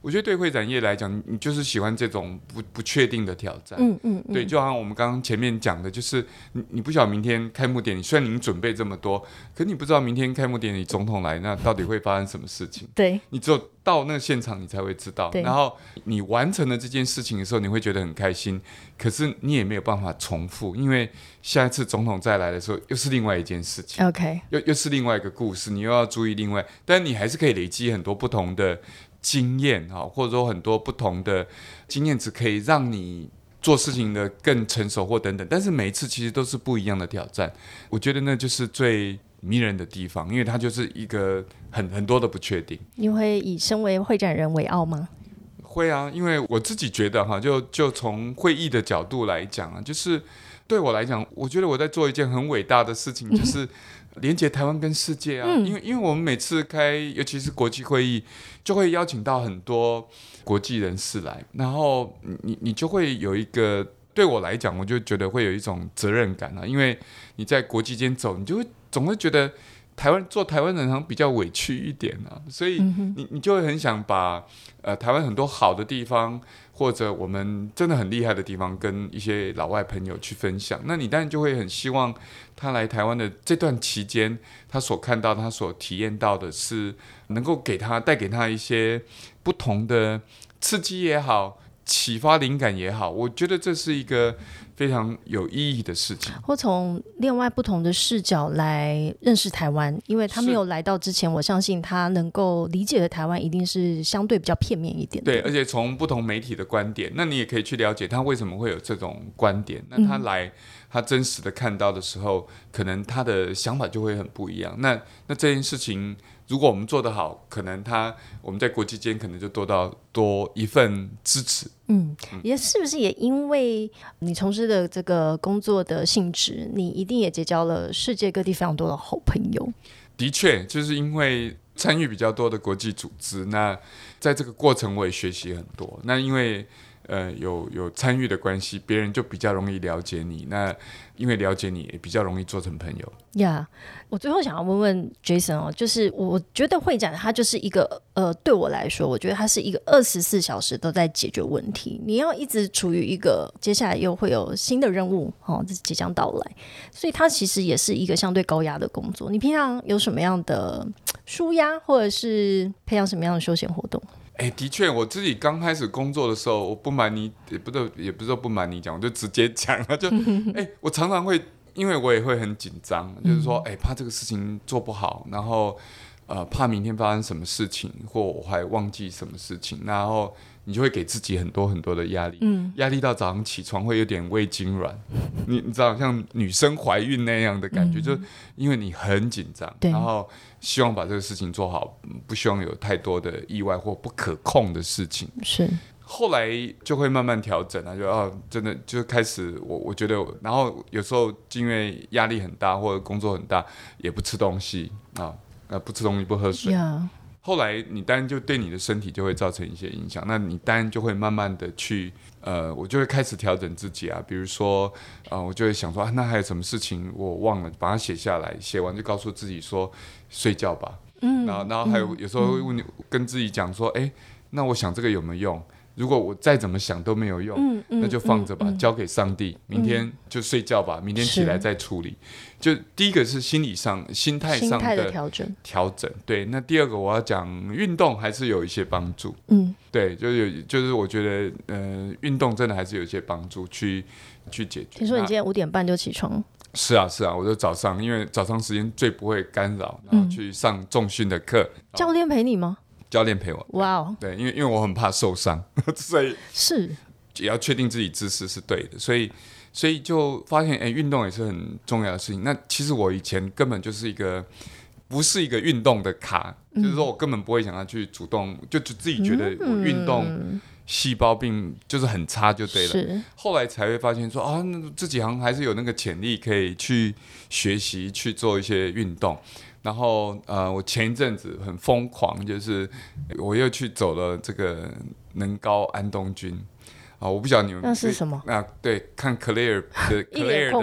我觉得对会展业来讲，你就是喜欢这种不确定的挑战。对，就好像我们刚刚前面讲的，就是你不晓得明天开幕典礼，虽然你准备这么多，可你不知道明天开幕典礼总统来，那到底会发生什么事情？ 对， 你只有到那个现场你才会知道。然后你完成了这件事情的时候，你会觉得很开心，可是你也没有办法重复，因为下一次总统再来的时候，又是另外一件事情。 OK， 又是另外一个故事，你又要注意另外，但你还是可以累积很多不同的经验，或者说很多不同的经验值，可以让你做事情的更成熟或等等。但是每一次其实都是不一样的挑战，我觉得那就是最迷人的地方，因为它就是一个很多的不确定。 你会以身为会展人为傲吗？ 会啊，因为我自己觉得就从会议的角度来讲啊，就是对我来讲，我觉得我在做一件很伟大的事情，就是连接台湾跟世界啊。因为我们每次开，尤其是国际会议，就会邀请到很多国际人士来，然后你就会有一个，对我来讲，我就觉得会有一种责任感啊，因为你在国际间走，你就会总会觉得做台湾人好像比较委屈一点啊，所以你就会很想把台湾很多好的地方，或者我们真的很厉害的地方，跟一些老外朋友去分享。那你当然就会很希望他来台湾的这段期间，他所看到、他所体验到的是能够带给他一些不同的刺激也好，启发灵感也好，我觉得这是一个非常有意义的事情， 或从另外不同的视角来认识台湾，因为他没有来到之前，我相信他能够理解的台湾一定是相对比较片面一点的。 对，而且从不同媒体的观点，那你也可以去了解他为什么会有这种观点。那他来，他真实的看到的时候，可能他的想法就会很不一样。那这件事情，如果我们做得好，可能我们在国际间可能就多一份支持。 也是不是也因为你从事的这个工作的性质，你一定也结交了世界各地非常多的好朋友？ 的确，就是因为参与比较多的国际组织，那在这个过程我也学习很多。那因为有参与的关系，别人就比较容易了解你。那因为了解你，也比较容易做成朋友。 我最后想要问问 Jason 哦，就是我觉得会展它就是一个对我来说，我觉得它是一个24小时都在解决问题。你要一直处于一个接下来又会有新的任务这即将到来，所以它其实也是一个相对高压的工作。你平常有什么样的抒压，或者是培养什么样的休闲活动？ 的确，我自己刚开始工作的时候，我不瞒你，也不是说不瞒你讲，我就直接讲了，就我常常会，因为我也会很紧张，就是说怕这个事情做不好，然后怕明天发生什么事情，或我还忘记什么事情，然后你就会给自己很多很多的压力，压力到早上起床会有点胃痉挛，你知道像女生怀孕那样的感觉，就因为你很紧张，然后希望把这个事情做好，不希望有太多的意外或不可控的事情。 是， 后来就会慢慢调整啊，真的就开始我觉得，然后有时候因为压力很大或者工作很大，也不吃东西啊，不吃东西不喝水。后来你当然就对你的身体就会造成一些影响，那你当然就会慢慢的去我就会开始调整自己啊，比如说我就会想说那还有什么事情我忘了，把它写下来，写完就告诉自己说睡觉吧。然后还有时候会问跟自己讲说那我想这个有没有用？如果我再怎么想都没有用，那就放着吧，交给上帝，明天就睡觉吧，明天起来再处理。就第一个是心理上、心态上的调整。对，那第二个我要讲运动还是有一些帮助。对，就是我觉得运动真的还是有一些帮助去解决。 听说你今天5点半就起床？ 是啊，我就早上，因为早上时间最不会干扰，然后去上重训的课。 教练陪你吗？ 教练陪我。 哇哦！ 对，因为我很怕受伤，所以是也要确定自己姿势是对的，所以就发现运动也是很重要的事情。那其实我以前根本就是不是一个运动的咖，就是说我根本不会想要去主动，就自己觉得我运动细胞并就是很差就对了。后来才会发现说自己好像还是有那个潜力可以去学习去做一些运动。然后我前一阵子很疯狂，就是我又去走了这个能高安东军我不晓得你们那是什么对，看 Claire 的一脸困惑。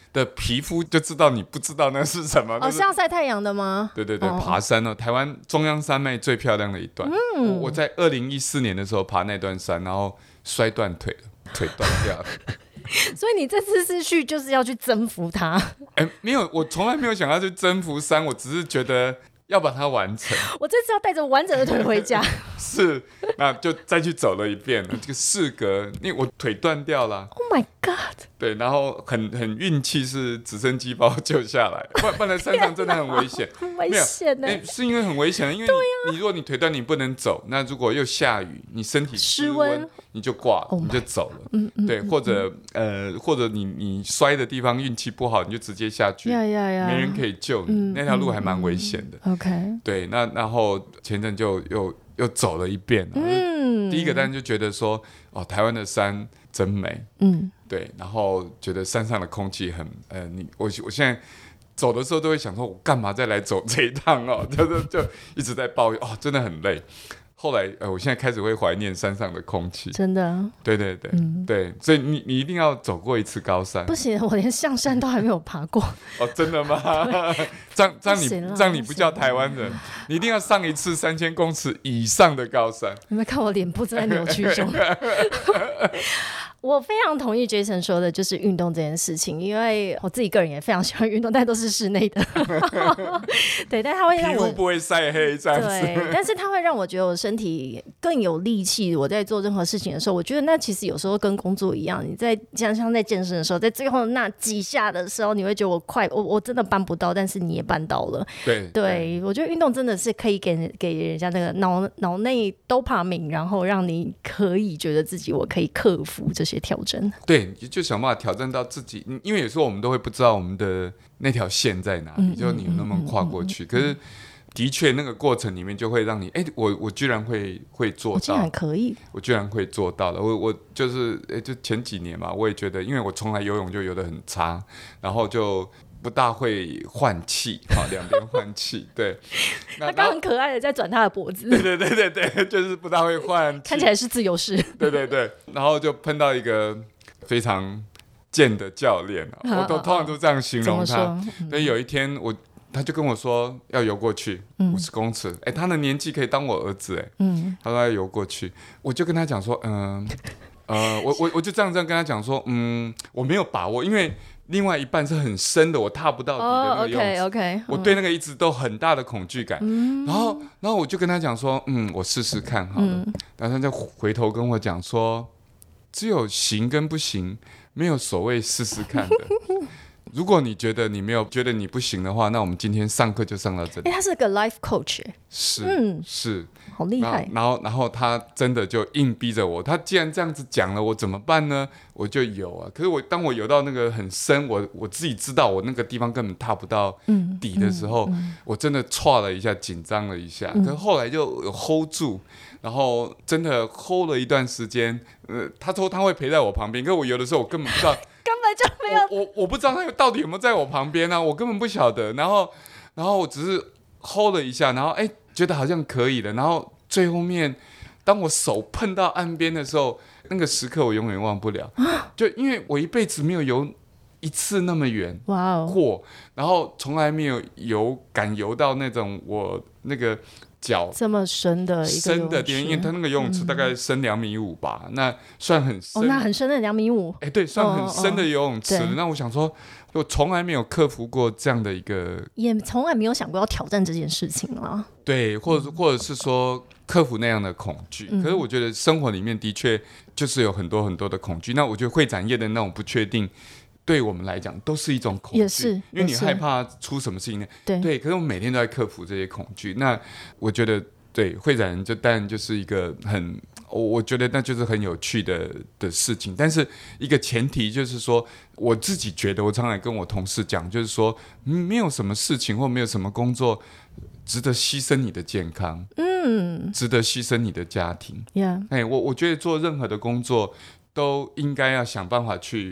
的皮肤就知道你不知道那是什么。 是要晒太阳的吗？ 对，爬山台湾中央山脉最漂亮的一段。我在2014年的时候爬那段山，然后摔断腿了，腿断掉了。 所以你这次是去就是要去征服它？ 没有，我从来没有想要去征服山，我只是觉得要把它完成。 我这次要带着完整的腿回家。 是，那就再去走了一遍了。这个事隔，因为我腿断掉了。 Oh my god！ 对，然后很运气是直升机把我救下来，不然山上真的很危险。 很危险呢。 是因为很危险，因为你如果你腿断你不能走，那如果又下雨，你身体失温你就挂了，你就走了。对，或者你摔的地方运气不好，你就直接下去，没人可以救你。那条路还蛮危险的。 OK。 对，然后前阵就又走了一遍。第一个当然就觉得说，台湾的山真美。对，然后觉得山上的空气很我现在走的时候都会想说，我干嘛再来走这一趟就一直在抱怨真的很累。后来我现在开始会怀念山上的空气，真的。对，对，所以你一定要走过一次高山。 不行，我连象山都还没有爬过。 真的吗？这样你不叫台湾人，你一定要上一次3000公尺以上的高山。 你们看我脸部正在扭曲中。我非常同意 Jason 说的，就是运动这件事情，因为我自己个人也非常喜欢运动，但都是室内的。对，但它会让我皮肤不会晒黑这样子。 对，但是它会让我觉得我身体更有力气。我在做任何事情的时候，我觉得那其实有时候跟工作一样，你在像在健身的时候，在最后那几下的时候，你会觉得我真的办不到，但是你也办到了。对，我觉得运动真的是可以给人家那个脑内dopamine，然后让你可以觉得自己我可以克服这些挑战。 对，就想办法挑战到自己，因为有时候我们都会不知道我们的那条线在哪里，就你能不能跨过去。可是的确那个过程里面就会让你我居然会做到，我竟然可以， 我居然会做到了。我就是就前几年嘛，我也觉得，因为我从来游泳就游得很差，然后就不大会换气，两边换气。对， 他刚很可爱的在转他的脖子。 对，就是不大会换气， 看起来是自由式。 对，然后就碰到一个非常贱的教练，我通常都这样形容他。所以有一天他就跟我说要游过去50公尺，他的年纪可以当我儿子，他说要游过去，我就跟他讲说，我就这样跟他讲说，我没有把握，因为另外一半是很深的，我踏不到底的那个泳池。 OK， 我对那个一直都很大的恐惧感。然后我就跟他讲说，我试试看好了。然后他就回头跟我讲说，只有行跟不行，没有所谓试试看的。如果你觉得你没有觉得你不行的话，那我们今天上课就上到这里。 他是个 life coach。 是， 好厉害。 然后他真的就硬逼着我，他既然这样子讲了，我怎么办呢？我就游啊。可是当我游到那个很深，我自己知道我那个地方根本踏不到底的时候，我真的唰了一下，紧张了一下。可是后来就有 hold 住，然后真的 hold 了一段时间。他说他会陪在我旁边，可是我游的时候我根本不知道。 根本就没有， 我不知道他到底有没有在我旁边啊，我根本不晓得。然后我只是 hold 了一下，然后觉得好像可以了。然后最后面，当我手碰到岸边的时候，那个时刻我永远忘不了。就因为我一辈子没有游一次那么远过，然后从来没有敢游到那种我那个脚这么深的一个泳池， 因为它那个游泳池大概深2.5米吧，那算很深。 那很深的2.5米。 对，算很深的游泳池。那我想说，我从来没有克服过这样的一个， 也从来没有想过要挑战这件事情了。 对，或者是说克服那样的恐惧。可是我觉得生活里面的确就是有很多很多的恐惧。那我觉得会展业的那种不确定，对我们来讲都是一种恐惧， 也是因为你害怕出什么事情呢？对，可是我们每天都在克服这些恐惧。那我觉得，对会展人当然就是一个我觉得那就是很有趣的事情。但是一个前提就是说，我自己觉得，我常常跟我同事讲，就是说，没有什么事情或没有什么工作值得牺牲你的健康，值得牺牲你的家庭。我觉得做任何的工作都应该要想办法去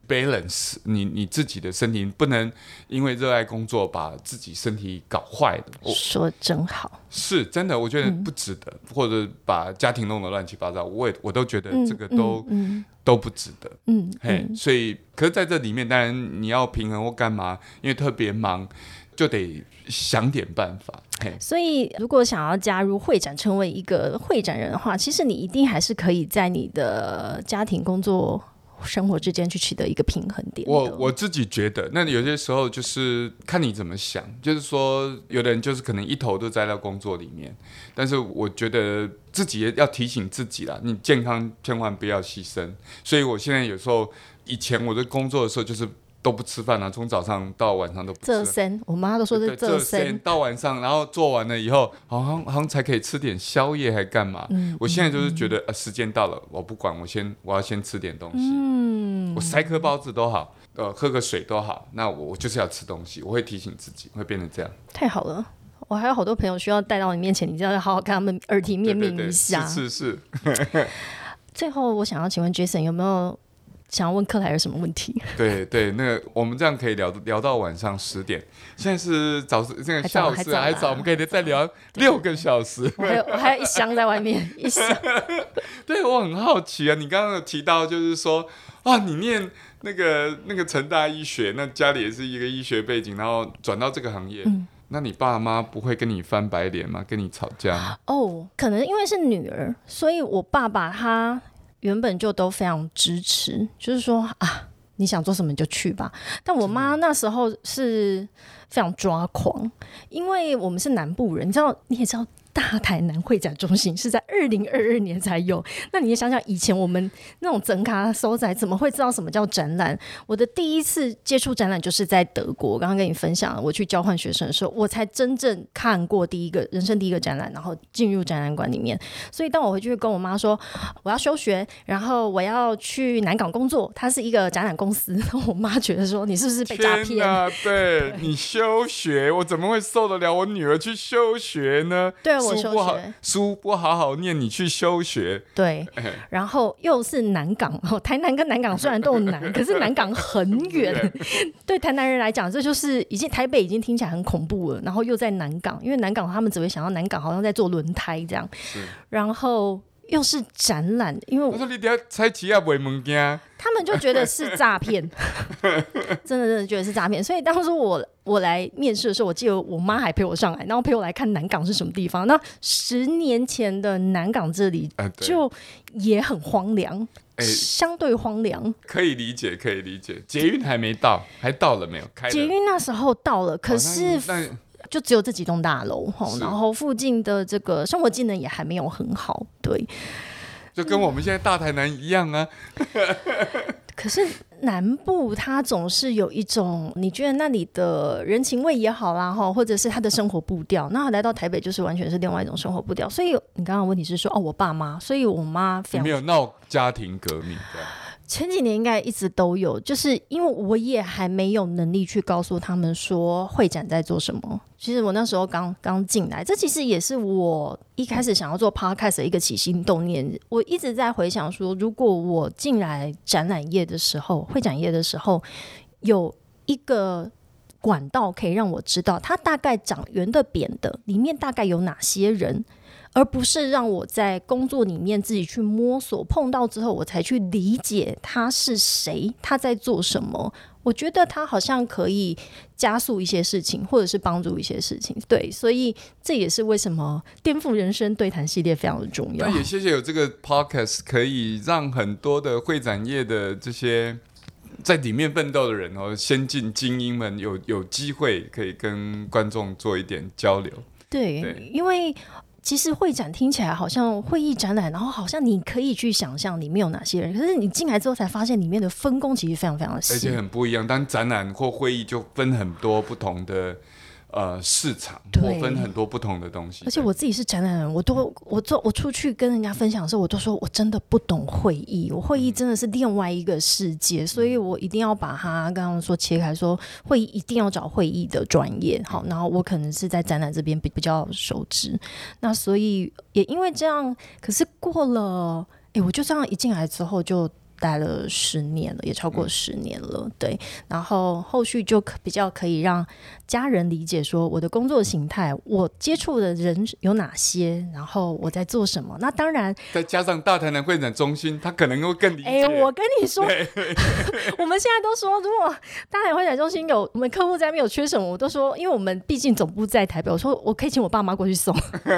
balance 你自己的身体，不能因为热爱工作把自己身体搞坏的。 说真好， 是真的，我觉得不值得，或者把家庭弄得乱七八糟，我都觉得这个都不值得。所以可是在这里面，当然你要平衡或干嘛，因为特别忙，就得想点办法。 所以如果想要加入会展，成为一个会展人的话，其实你一定还是可以在你的家庭、工作、生活之间去取得一个平衡点的。 我自己觉得，那有些时候就是看你怎么想，就是说有的人就是可能一头都栽到工作里面，但是我觉得自己也要提醒自己啦，你健康千万不要牺牲。所以我现在有时候，以前我在工作的时候就是都不吃饭啊，从早上到晚上都不吃。 这身，我妈都说是这身到晚上，然后做完了以后，好像才可以吃点宵夜，还干嘛？我现在就是觉得时间到了，我不管，我要先吃点东西。我塞颗包子都好，喝个水都好，那我就是要吃东西，我会提醒自己，会变成这样。 太好了。我还有好多朋友需要带到你面前，你就要好好跟他们耳提面命一下。 是。 最后，我想要请问 Jason 有没有想要问克莱尔什么问题？ 对，那个我们这样可以聊到晚上10点。现在是这个下午还早，我们可以再聊6个小时。 我还有一箱在外面，一箱。 对，我很好奇啊，你刚刚有提到就是说你念那个成大医学，那家里也是一个医学背景，然后转到这个行业。那你爸妈不会跟你翻白脸吗？跟你吵架吗？ 可能因为是女儿，所以我爸爸他原本就都非常支持，就是说你想做什么你就去吧。但我妈那时候是非常抓狂，因为我们是南部人，你也知道大台南会展中心是在2022年才有，那你也想想以前我们那种整卡收仔怎么会知道什么叫展览？我的第一次接触展览就是在德国，我刚刚跟你分享我去交换学生的时候，我才真正看过人生第一个展览，然后进入展览馆里面。所以当我回去跟我妈说我要休学，然后我要去南港工作，它是一个展览公司，然后我妈觉得说你是不是被诈骗？ 天哪，对你休学，我怎么会受得了我女儿去休学呢？ 对，我休学， 书不好好念，你去休学。 对，然后又是南港，台南跟南港虽然都有南，可是南港很远。对台南人来讲，这就是台北已经听起来很恐怖了，然后又在南港，因为南港他们只会想到南港好像在做轮胎这样，然后又是展览，因为我说你等下猜旗啊，卖物件， 他们就觉得是诈骗，真的觉得是诈骗。所以当初我来面试的时候，我记得我妈还陪我上来，然后陪我来看南港是什么地方。那10年前的南港这里就也很荒凉，相对荒凉， 可以理解。捷运还没到，还到了没有？ 捷运那时候到了，可是就只有这几栋大楼，然后附近的这个生活技能也还没有很好，对， 就跟我们现在大台南一样啊。 可是南部它总是有一种你觉得那里的人情味也好啦，或者是他的生活步调，那来到台北就是完全是另外一种生活步调。所以你刚刚的问题是说我爸妈，所以我妈非常没有闹家庭革命这样。 前几年应该一直都有，就是因为我也还没有能力去告诉他们说会展在做什么。其实我那时候刚进来，这其实也是我一开始想要做 podcast 的一个起心动念。我一直在回想说，如果我进来展览业的时候，会展业的时候，有一个管道可以让我知道它大概长圆的扁的里面大概有哪些人，而不是让我在工作里面自己去摸索，碰到之后我才去理解他是谁，他在做什么。我觉得他好像可以加速一些事情，或者是帮助一些事情。对，所以这也是为什么颠覆人生对谈系列非常的重要。 那也谢谢有这个 podcast 可以让很多的会展业的这些在里面奋斗的人先进精英们有机会可以跟观众做一点交流。 对，因为其实会展听起来好像会议展览，然后好像你可以去想象里面有哪些人，可是你进来之后才发现里面的分工其实非常非常的细， 而且很不一样。当然展览或会议就分很多不同的市场，或分很多不同的东西。 而且我自己是展览人，我出去跟人家分享的时候，我都说我真的不懂会议，我会议真的是另外一个世界，所以我一定要把它刚刚说切开，说会议一定要找会议的专业。好，然后我可能是在展览这边比较熟知，那所以也因为这样，可是过了我就这样一进来之后就待了10年了，也超过10年了，对。然后后续就比较可以让家人理解说我的工作形态，我接触的人有哪些，然后我在做什么。那当然再加上大台南会展中心，他可能会更理解。 我跟你说我们现在都说，如果大台南会展中心有我们客户在那边有缺什么，我都说，因为我们毕竟总部在台北，我说我可以请我爸妈过去送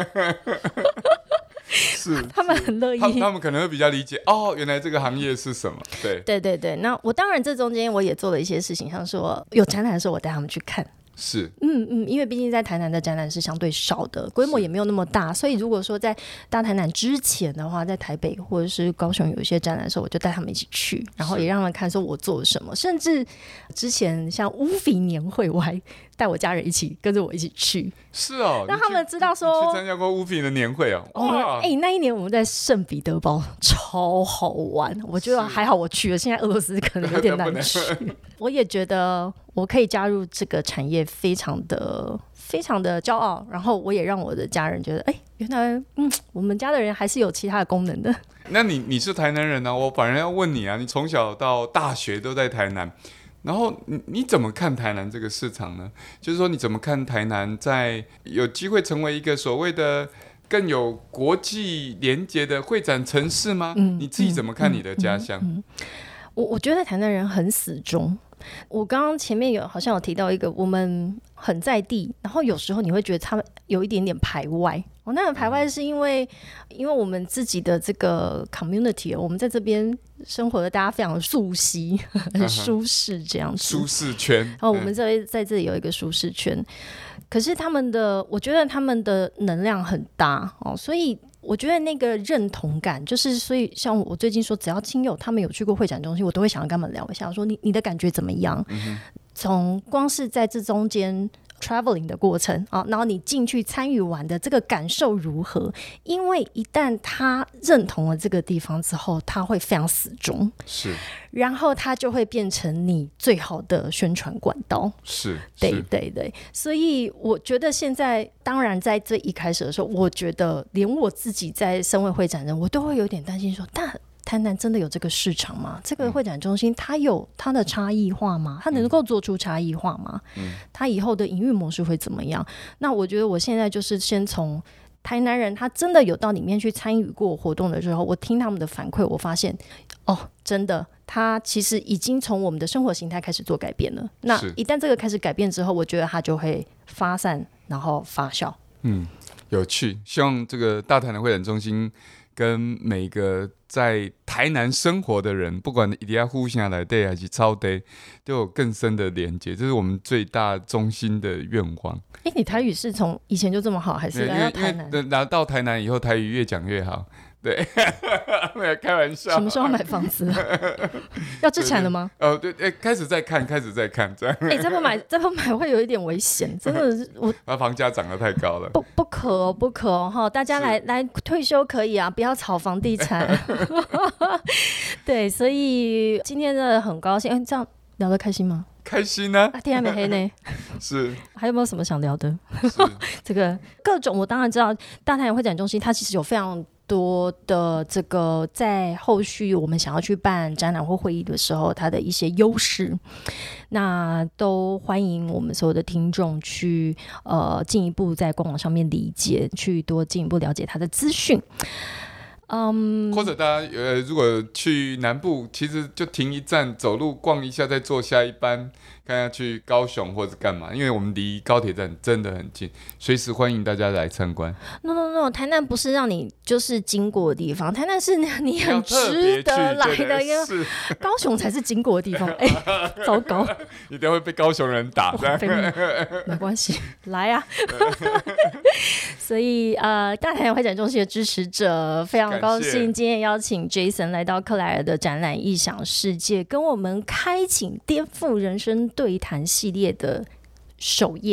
是他们很乐意， 他们可能会比较理解哦，原来这个行业是什么。对， 那我当然这中间我也做了一些事情，像说有展览的时候我带他们去看， 是因为毕竟在台南的展览是相对少的，规模也没有那么大，所以如果说在大台南之前的话，在台北或者是高雄有一些展览的时候，我就带他们一起去，然后也让他们看说我做了什么，甚至之前像乌比年会我还带我家人一起跟着我一起去。 是哦， 让他们知道说你去参加过乌比的年会哦。哇， 那一年我们在圣彼得堡超好玩，我觉得还好我去了，现在俄罗斯可能有点难去我也觉得我可以加入这个产业非常的骄傲，然后我也让我的家人觉得原来我们家的人还是有其他的功能的。 那你是台南人啊，我反而要问你啊，你从小到大学都在台南，然后你怎么看台南这个市场呢？就是说你怎么看台南在有机会成为一个所谓的更有国际连结的会展城市吗？你自己怎么看你的家乡？ 我觉得台南人很死忠。我刚刚前面好像有提到一个，我们很在地，然后有时候你会觉得他们有一点点排外。那个排外是因为我们自己的这个 community， 我们在这边生活的大家非常熟悉，很舒适这样子。 舒适圈。 然后我们在这里有一个舒适圈，可是我觉得他们的能量很大所以我觉得那个认同感，就是所以像我最近说，只要亲友他们有去过会展中心，我都会想要跟他们聊一下，说你的感觉怎么样？从光是在这中间 traveling 的过程然后你进去参与玩的这个感受如何？因为一旦他认同了这个地方之后，他会非常死忠， 是， 然后他就会变成你最好的宣传管道。 是， 对，所以我觉得现在，当然在这一开始的时候，我觉得连我自己在身为会展人，我都会有点担心说，但台南真的有这个市场吗？这个会展中心它有它的差异化吗？它能够做出差异化吗？它以后的营运模式会怎么样？那我觉得我现在就是先从台南人他真的有到里面去参与过活动的时候，我听他们的反馈，我发现真的他其实已经从我们的生活形态开始做改变了。那一旦这个开始改变之后，我觉得它就会发散然后发酵。 有趣。希望这个大台南会展中心跟每个在台南生活的人，不管一定要互相来对还是超对，都有更深的连接，这是我们最大中心的愿望。 你台语是从以前就这么好，还是来到台南？ 拿到台南以后，台语越讲越好。对，没有开玩笑。 什么时候买房子？要置产了吗？ 对，开始在看这样。 再不买会有一点危险，真的是房价涨得太高了， 不可哈！大家来退休可以啊，不要炒房地产。对，所以今天真的很高兴，这样聊得开心吗？ 开心啊！ 天还没黑呢。 是， 还有没有什么想聊的？这个各种，我当然知道，大台南会展中心它其实有非常多的这个在后续我们想要去办展览或会议的时候，它的一些优势，那都欢迎我们所有的听众去进一步在官网上面理解，去多进一步了解它的资讯。 或者大家如果去南部，其实就停一站，走路逛一下，再坐下一班，看要去高雄或者干嘛，因为我们离高铁站真的很近，随时欢迎大家来参观。 No， 台南不是让你就是经过的地方，台南是你很值得来的一个，高雄才是经过的地方。糟糕， 你等会被高雄人打的， 没关系，来啊！所以大台南会展中心的支持者非常高兴今天邀请 Jason 来到克莱尔的展览异想世界，跟我们开启颠覆人生对谈系列的首页。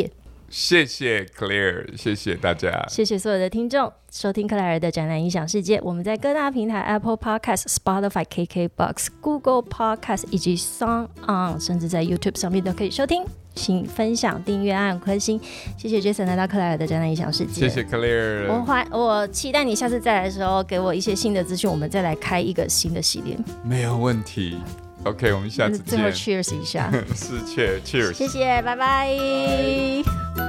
谢谢 Claire， 谢谢大家， 谢谢所有的听众收听克莱尔的展览影响世界。我们在各大平台 Apple Podcast、Spotify、KKBox、Google Podcast 以及 Song On， 甚至在 YouTube 上面都可以收听。请分享、订阅、按5颗星。谢谢 Jason 来到克莱尔的展览影响世界。 谢谢 Claire。 我期待你下次再来的时候给我一些新的资讯，我们再来开一个新的系列。 没有问题。OK， 我们下次见。 最后 cheers 一下。 是 cheers。 谢谢，拜拜。